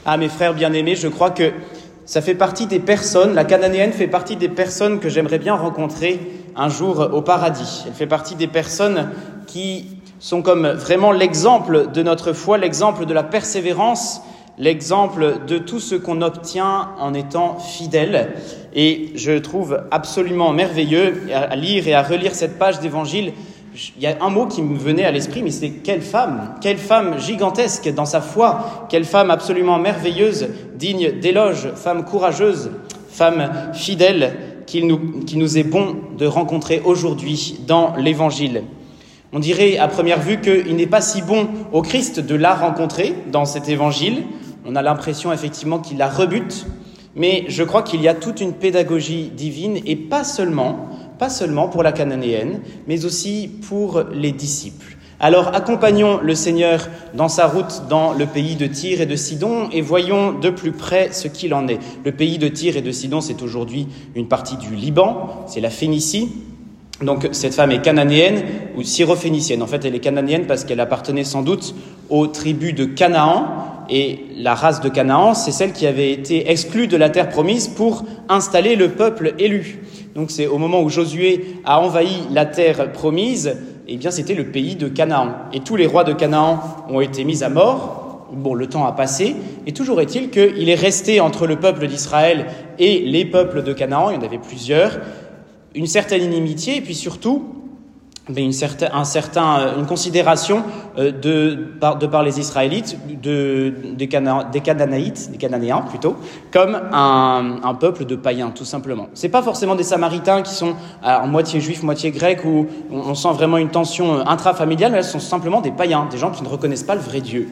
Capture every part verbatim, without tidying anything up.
Ah, mes frères bien-aimés, je crois que ça fait partie des personnes, la cananéenne fait partie des personnes que j'aimerais bien rencontrer un jour au paradis. Elle fait partie des personnes qui sont comme vraiment l'exemple de notre foi, l'exemple de la persévérance, l'exemple de tout ce qu'on obtient en étant fidèle. Et je trouve absolument merveilleux à lire et à relire cette page d'évangile. Il y a un mot qui me venait à l'esprit, mais c'est quelle femme, quelle femme gigantesque dans sa foi, quelle femme absolument merveilleuse, digne d'éloge, femme courageuse, femme fidèle, qu'il nous, qu'il nous est bon de rencontrer aujourd'hui dans l'Évangile. On dirait à première vue qu'il n'est pas si bon au Christ de la rencontrer dans cet Évangile. On a l'impression effectivement qu'il la rebute, mais je crois qu'il y a toute une pédagogie divine et pas seulement pas seulement pour la cananéenne, mais aussi pour les disciples. Alors accompagnons le Seigneur dans sa route dans le pays de Tyr et de Sidon et voyons de plus près ce qu'il en est. Le pays de Tyr et de Sidon, c'est aujourd'hui une partie du Liban, c'est la Phénicie. Donc cette femme est cananéenne ou syrophénicienne. En fait, elle est cananéenne parce qu'elle appartenait sans doute aux tribus de Canaan. Et la race de Canaan, c'est celle qui avait été exclue de la terre promise pour installer le peuple élu. Donc c'est au moment où Josué a envahi la terre promise, eh bien c'était le pays de Canaan. Et tous les rois de Canaan ont été mis à mort. Bon, le temps a passé, et toujours est-il qu'il est resté entre le peuple d'Israël et les peuples de Canaan, il y en avait plusieurs, une certaine inimitié, et puis surtout mais une, certain, un certain, une considération de, de par les Israélites, de, des, Cana, des Cananéites, des Cananéens plutôt, comme un, un peuple de païens, tout simplement. C'est pas forcément des Samaritains qui sont alors, moitié juifs, moitié grecs, où on, on sent vraiment une tension intrafamiliale, mais elles sont simplement des païens, des gens qui ne reconnaissent pas le vrai Dieu.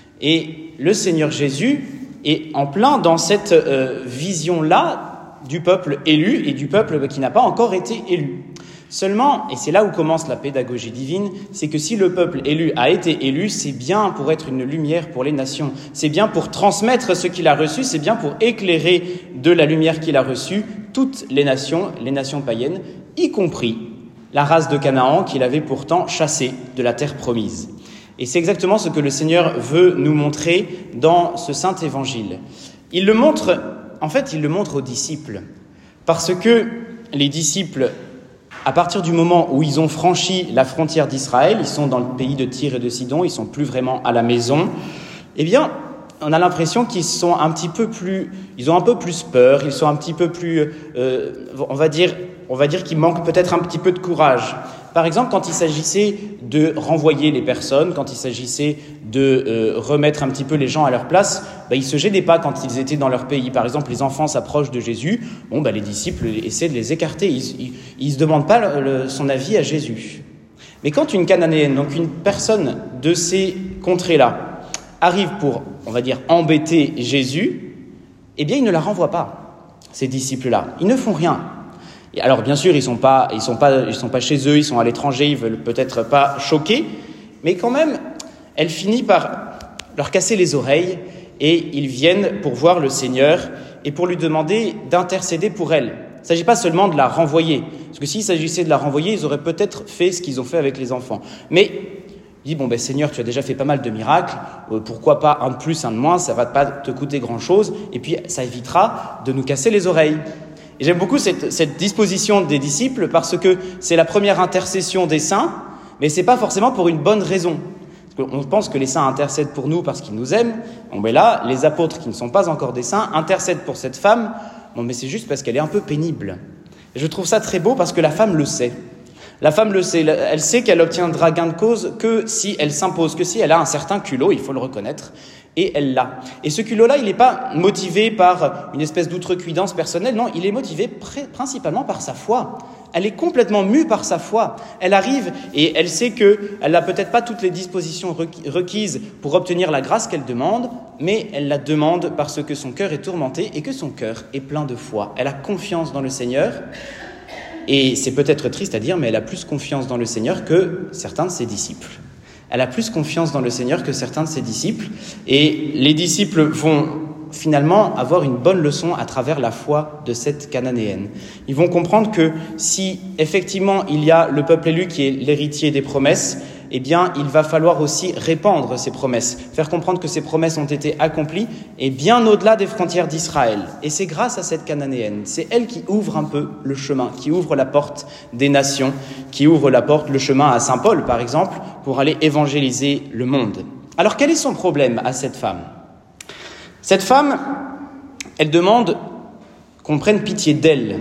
Et le Seigneur Jésus est en plein dans cette euh, vision-là du peuple élu et du peuple qui n'a pas encore été élu. Seulement, et c'est là où commence la pédagogie divine, c'est que si le peuple élu a été élu, c'est bien pour être une lumière pour les nations. C'est bien pour transmettre ce qu'il a reçu, c'est bien pour éclairer de la lumière qu'il a reçue toutes les nations, les nations païennes, y compris la race de Canaan qu'il avait pourtant chassée de la terre promise. Et c'est exactement ce que le Seigneur veut nous montrer dans ce saint évangile. Il le montre, en fait, il le montre aux disciples, parce que les disciples, à partir du moment où ils ont franchi la frontière d'Israël, ils sont dans le pays de Tyr et de Sidon, ils sont plus vraiment à la maison, eh bien, on a l'impression qu'ils sont un petit peu plus, ils ont un peu plus peur, ils sont un petit peu plus, euh, on va dire, on va dire qu'ils manquent peut-être un petit peu de courage. Par exemple, quand il s'agissait de renvoyer les personnes, quand il s'agissait de euh, remettre un petit peu les gens à leur place, bah, ils se gênaient pas quand ils étaient dans leur pays. Par exemple, les enfants s'approchent de Jésus, bon, bah, les disciples essaient de les écarter, ils ne se demandent pas le, le, son avis à Jésus. Mais quand une cananéenne, donc une personne de ces contrées-là, arrive pour, on va dire, embêter Jésus, eh bien, il ne la renvoie pas, ces disciples-là. Ils ne font rien. Et alors, bien sûr, ils sont pas, ils sont pas, ils sont pas chez eux, ils sont à l'étranger, ils veulent peut-être pas choquer, mais quand même, elle finit par leur casser les oreilles et ils viennent pour voir le Seigneur et pour lui demander d'intercéder pour elle. Il ne s'agit pas seulement de la renvoyer, parce que s'il s'agissait de la renvoyer, ils auraient peut-être fait ce qu'ils ont fait avec les enfants. Mais il dit, bon ben Seigneur, tu as déjà fait pas mal de miracles, euh, pourquoi pas un de plus, un de moins, ça va pas te coûter grand-chose, et puis ça évitera de nous casser les oreilles. Et j'aime beaucoup cette, cette disposition des disciples parce que c'est la première intercession des saints, mais c'est pas forcément pour une bonne raison. Parce qu'on pense que les saints intercèdent pour nous parce qu'ils nous aiment. Bon, mais là, les apôtres qui ne sont pas encore des saints intercèdent pour cette femme. Bon, mais c'est juste parce qu'elle est un peu pénible. Et je trouve ça très beau parce que la femme le sait. La femme le sait. Elle sait qu'elle obtiendra gain de cause que si elle s'impose, que si elle a un certain culot, il faut le reconnaître. Et elle l'a. Et ce culot-là, il n'est pas motivé par une espèce d'outrecuidance personnelle, non, il est motivé pr- principalement par sa foi. Elle est complètement mue par sa foi. Elle arrive et elle sait qu'elle n'a peut-être pas toutes les dispositions requises pour obtenir la grâce qu'elle demande, mais elle la demande parce que son cœur est tourmenté et que son cœur est plein de foi. Elle a confiance dans le Seigneur. Et c'est peut-être triste à dire, mais elle a plus confiance dans le Seigneur que certains de ses disciples. Elle a plus confiance dans le Seigneur que certains de ses disciples. Et les disciples vont finalement avoir une bonne leçon à travers la foi de cette cananéenne. Ils vont comprendre que si effectivement il y a le peuple élu qui est l'héritier des promesses, eh bien, il va falloir aussi répandre ces promesses, faire comprendre que ces promesses ont été accomplies et bien au-delà des frontières d'Israël. Et c'est grâce à cette Cananéenne, c'est elle qui ouvre un peu le chemin, qui ouvre la porte des nations, qui ouvre la porte, le chemin à Saint Paul, par exemple, pour aller évangéliser le monde. Alors, quel est son problème à cette femme ? Cette femme, elle demande qu'on prenne pitié d'elle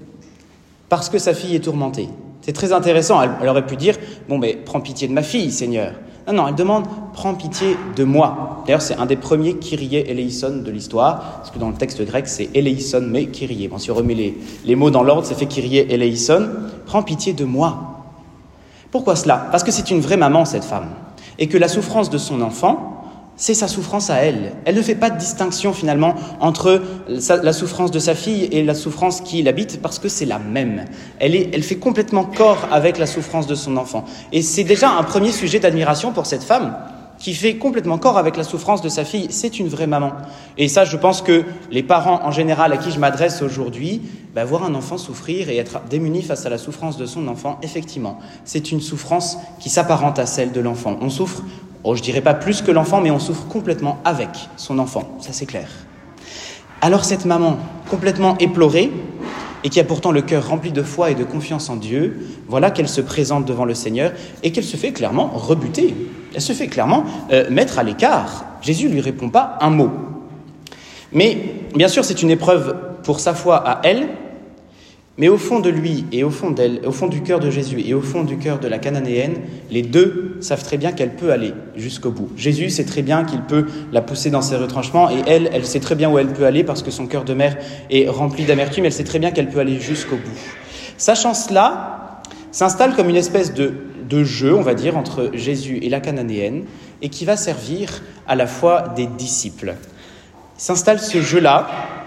parce que sa fille est tourmentée. C'est très intéressant. Elle, elle aurait pu dire « Bon, mais prends pitié de ma fille, Seigneur. » Non, non, elle demande « Prends pitié de moi. » D'ailleurs, c'est un des premiers Kyrie eleison de l'histoire, parce que dans le texte grec, c'est eleison, mais Kyrie. Bon, si on remet les, les mots dans l'ordre, ça fait Kyrie eleison. « Prends pitié de moi. » Pourquoi cela ? Parce que c'est une vraie maman, cette femme. Et que la souffrance de son enfant, c'est sa souffrance à elle. Elle ne fait pas de distinction finalement entre la souffrance de sa fille et la souffrance qui l'habite parce que c'est la même. Elle, est, elle fait complètement corps avec la souffrance de son enfant. Et c'est déjà un premier sujet d'admiration pour cette femme qui fait complètement corps avec la souffrance de sa fille. C'est une vraie maman. Et ça, je pense que les parents en général à qui je m'adresse aujourd'hui, bah, voir un enfant souffrir et être démuni face à la souffrance de son enfant, effectivement, c'est une souffrance qui s'apparente à celle de l'enfant. On souffre, oh, je dirais pas plus que l'enfant, mais on souffre complètement avec son enfant, ça c'est clair. Alors cette maman, complètement éplorée, et qui a pourtant le cœur rempli de foi et de confiance en Dieu, voilà qu'elle se présente devant le Seigneur et qu'elle se fait clairement rebuter. Elle se fait clairement euh, mettre à l'écart. Jésus ne lui répond pas un mot. Mais bien sûr, c'est une épreuve pour sa foi à elle, mais au fond de lui et au fond d'elle, au fond du cœur de Jésus et au fond du cœur de la Cananéenne, les deux savent très bien qu'elle peut aller jusqu'au bout. Jésus sait très bien qu'il peut la pousser dans ses retranchements et elle, elle sait très bien où elle peut aller parce que son cœur de mère est rempli d'amertume, elle sait très bien qu'elle peut aller jusqu'au bout. Sachant cela, s'installe comme une espèce de, de jeu, on va dire, entre Jésus et la Cananéenne et qui va servir à la foi des disciples. S'installe ce jeu-là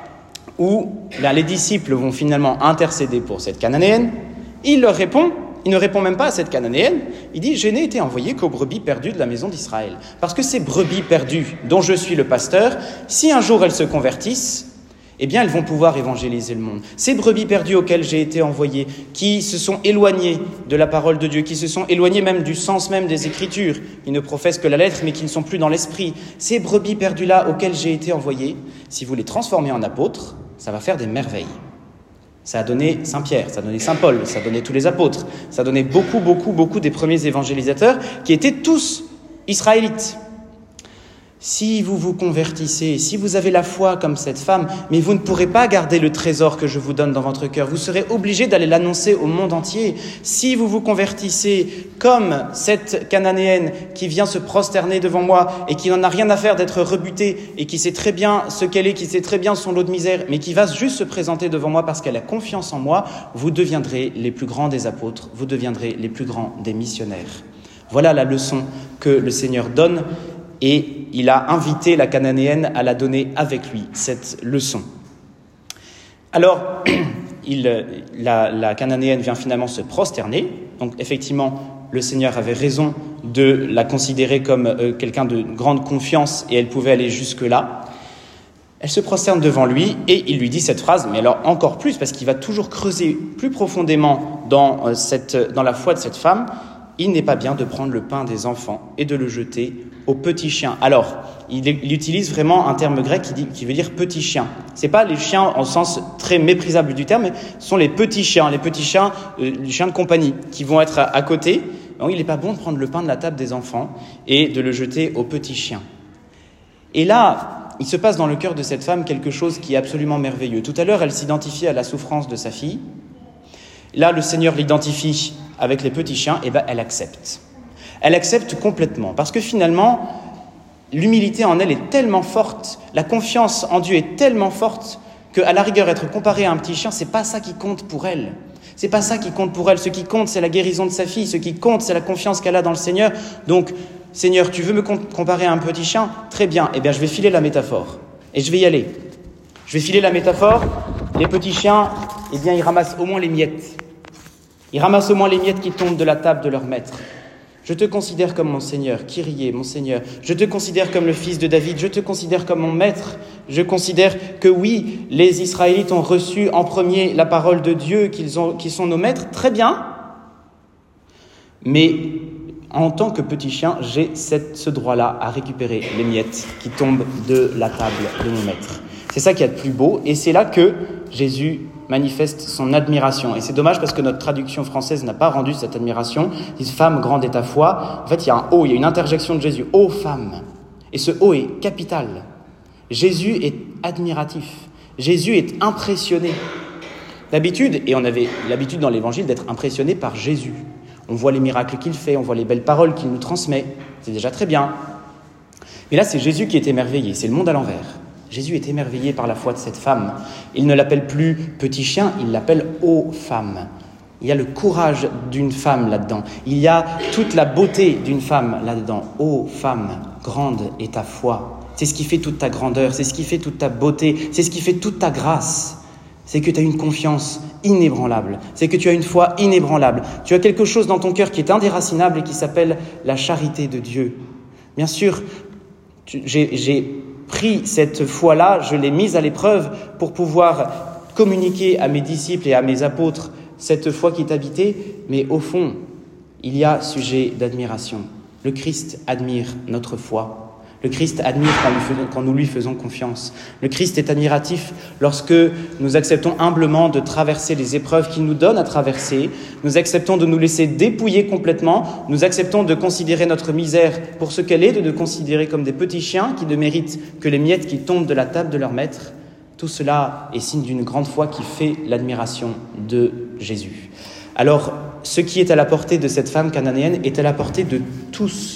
où ben, les disciples vont finalement intercéder pour cette Cananéenne. Il leur répond, il ne répond même pas à cette Cananéenne, il dit « Je n'ai été envoyé qu'aux brebis perdues de la maison d'Israël. » Parce que ces brebis perdues dont je suis le pasteur, si un jour elles se convertissent, eh bien elles vont pouvoir évangéliser le monde. Ces brebis perdues auxquelles j'ai été envoyé, qui se sont éloignées de la parole de Dieu, qui se sont éloignées même du sens même des Écritures, qui ne professent que la lettre mais qui ne sont plus dans l'esprit, ces brebis perdues-là auxquelles j'ai été envoyé, si vous les transformez en apôtres, ça va faire des merveilles. Ça a donné Saint-Pierre, ça a donné Saint-Paul, ça a donné tous les apôtres, ça a donné beaucoup, beaucoup, beaucoup des premiers évangélisateurs qui étaient tous israélites. Si vous vous convertissez, si vous avez la foi comme cette femme, mais vous ne pourrez pas garder le trésor que je vous donne dans votre cœur, vous serez obligé d'aller l'annoncer au monde entier. Si vous vous convertissez comme cette Cananéenne qui vient se prosterner devant moi et qui n'en a rien à faire d'être rebutée et qui sait très bien ce qu'elle est, qui sait très bien son lot de misère, mais qui va juste se présenter devant moi parce qu'elle a confiance en moi, vous deviendrez les plus grands des apôtres, vous deviendrez les plus grands des missionnaires. Voilà la leçon que le Seigneur donne. Et il a invité la Cananéenne à la donner avec lui, cette leçon. Alors, il, la, la Cananéenne vient finalement se prosterner. Donc, effectivement, le Seigneur avait raison de la considérer comme euh, quelqu'un de grande confiance et elle pouvait aller jusque-là. Elle se prosterne devant lui et il lui dit cette phrase, mais alors encore plus, parce qu'il va toujours creuser plus profondément dans, euh, cette, dans la foi de cette femme. Il n'est pas bien de prendre le pain des enfants et de le jeter aux petits chiens. Alors, il, il utilise vraiment un terme grec qui, dit, qui veut dire petit chien. Ce n'est pas les chiens au sens très méprisable du terme, mais ce sont les petits chiens, les petits chiens, euh, les chiens de compagnie qui vont être à, à côté. Donc, il n'est pas bon de prendre le pain de la table des enfants et de le jeter aux petits chiens. Et là, il se passe dans le cœur de cette femme quelque chose qui est absolument merveilleux. Tout à l'heure, elle s'identifiait à la souffrance de sa fille. Là, le Seigneur l'identifie avec les petits chiens, et ben elle accepte. Elle accepte complètement, parce que finalement, l'humilité en elle est tellement forte, la confiance en Dieu est tellement forte, qu'à la rigueur, être comparée à un petit chien, c'est pas ça qui compte pour elle. C'est pas ça qui compte pour elle. Ce qui compte, c'est la guérison de sa fille. Ce qui compte, c'est la confiance qu'elle a dans le Seigneur. Donc, Seigneur, tu veux me comparer à un petit chien ? Très bien, eh bien, je vais filer la métaphore. Et je vais y aller. Je vais filer la métaphore. Les petits chiens, eh bien, ils ramassent au moins les miettes. Ils ramassent au moins les miettes qui tombent de la table de leur maître. Je te considère comme mon Seigneur, Kyrie, mon Seigneur. Je te considère comme le fils de David. Je te considère comme mon maître. Je considère que oui, les Israélites ont reçu en premier la parole de Dieu, qu'ils ont, qui sont nos maîtres. Très bien. Mais en tant que petit chien, j'ai cette, ce droit-là à récupérer les miettes qui tombent de la table de mon maître. C'est ça qu'il y a de plus beau, et c'est là que Jésus manifeste son admiration. Et c'est dommage parce que notre traduction française n'a pas rendu cette admiration. Il dit « Femme, grande est ta foi ». En fait, il y a un « ô », il y a une interjection de Jésus. « Ô femme ». Et ce « ô » est capital. Jésus est admiratif. Jésus est impressionné. D'habitude, et on avait l'habitude dans l'Évangile d'être impressionné par Jésus. On voit les miracles qu'il fait, on voit les belles paroles qu'il nous transmet. C'est déjà très bien. Mais là, c'est Jésus qui est émerveillé. C'est le monde à l'envers. Jésus est émerveillé par la foi de cette femme. Il ne l'appelle plus petit chien, il l'appelle ô femme. Il y a le courage d'une femme là-dedans. Il y a toute la beauté d'une femme là-dedans. Ô femme, grande est ta foi. C'est ce qui fait toute ta grandeur, c'est ce qui fait toute ta beauté, c'est ce qui fait toute ta grâce. C'est que tu as une confiance inébranlable, c'est que tu as une foi inébranlable. Tu as quelque chose dans ton cœur qui est indéracinable et qui s'appelle la charité de Dieu. Bien sûr, tu, j'ai... j'ai pris cette foi-là, je l'ai mise à l'épreuve pour pouvoir communiquer à mes disciples et à mes apôtres cette foi qui est habitée, mais au fond, il y a sujet d'admiration. Le Christ admire notre foi. Le Christ admire quand nous, faisons, quand nous lui faisons confiance. Le Christ est admiratif lorsque nous acceptons humblement de traverser les épreuves qu'il nous donne à traverser. Nous acceptons de nous laisser dépouiller complètement. Nous acceptons de considérer notre misère pour ce qu'elle est, de nous considérer comme des petits chiens qui ne méritent que les miettes qui tombent de la table de leur maître. Tout cela est signe d'une grande foi qui fait l'admiration de Jésus. Alors, ce qui est à la portée de cette femme cananéenne est à la portée de tous.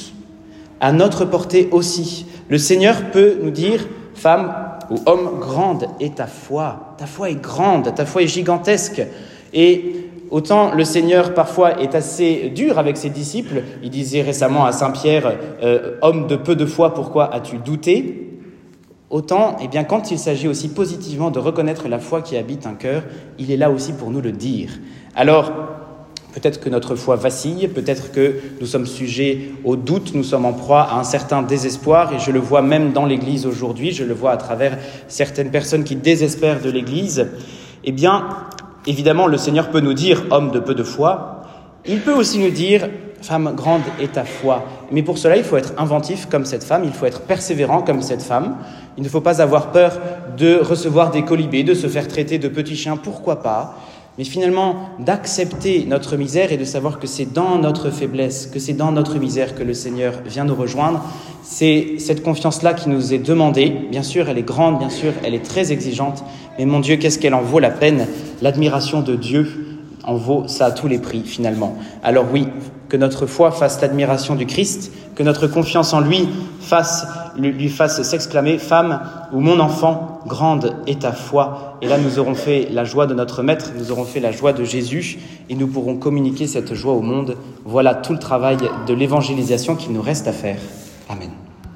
À notre portée aussi. Le Seigneur peut nous dire, femme ou homme, grande est ta foi. Ta foi est grande, ta foi est gigantesque. Et autant le Seigneur parfois est assez dur avec ses disciples, il disait récemment à Saint Pierre, euh, homme de peu de foi, pourquoi as-tu douté ? Autant, eh bien, quand il s'agit aussi positivement de reconnaître la foi qui habite un cœur, il est là aussi pour nous le dire. Alors, peut-être que notre foi vacille, peut-être que nous sommes sujets au doute, nous sommes en proie à un certain désespoir, et je le vois même dans l'Église aujourd'hui, je le vois à travers certaines personnes qui désespèrent de l'Église. Eh bien, évidemment, le Seigneur peut nous dire « homme de peu de foi », il peut aussi nous dire « femme, grande est ta foi ». Mais pour cela, il faut être inventif comme cette femme, il faut être persévérant comme cette femme. Il ne faut pas avoir peur de recevoir des colibés, de se faire traiter de petits chiens, pourquoi pas ? Mais finalement, d'accepter notre misère et de savoir que c'est dans notre faiblesse, que c'est dans notre misère que le Seigneur vient nous rejoindre. C'est cette confiance-là qui nous est demandée. Bien sûr, elle est grande, bien sûr, elle est très exigeante. Mais mon Dieu, qu'est-ce qu'elle en vaut la peine ? L'admiration de Dieu en vaut ça à tous les prix, finalement. Alors oui, que notre foi fasse l'admiration du Christ, que notre confiance en lui fasse, lui fasse s'exclamer « Femme ou mon enfant, grande est ta foi ». Et là, nous aurons fait la joie de notre Maître, nous aurons fait la joie de Jésus et nous pourrons communiquer cette joie au monde. Voilà tout le travail de l'évangélisation qu'il nous reste à faire. Amen.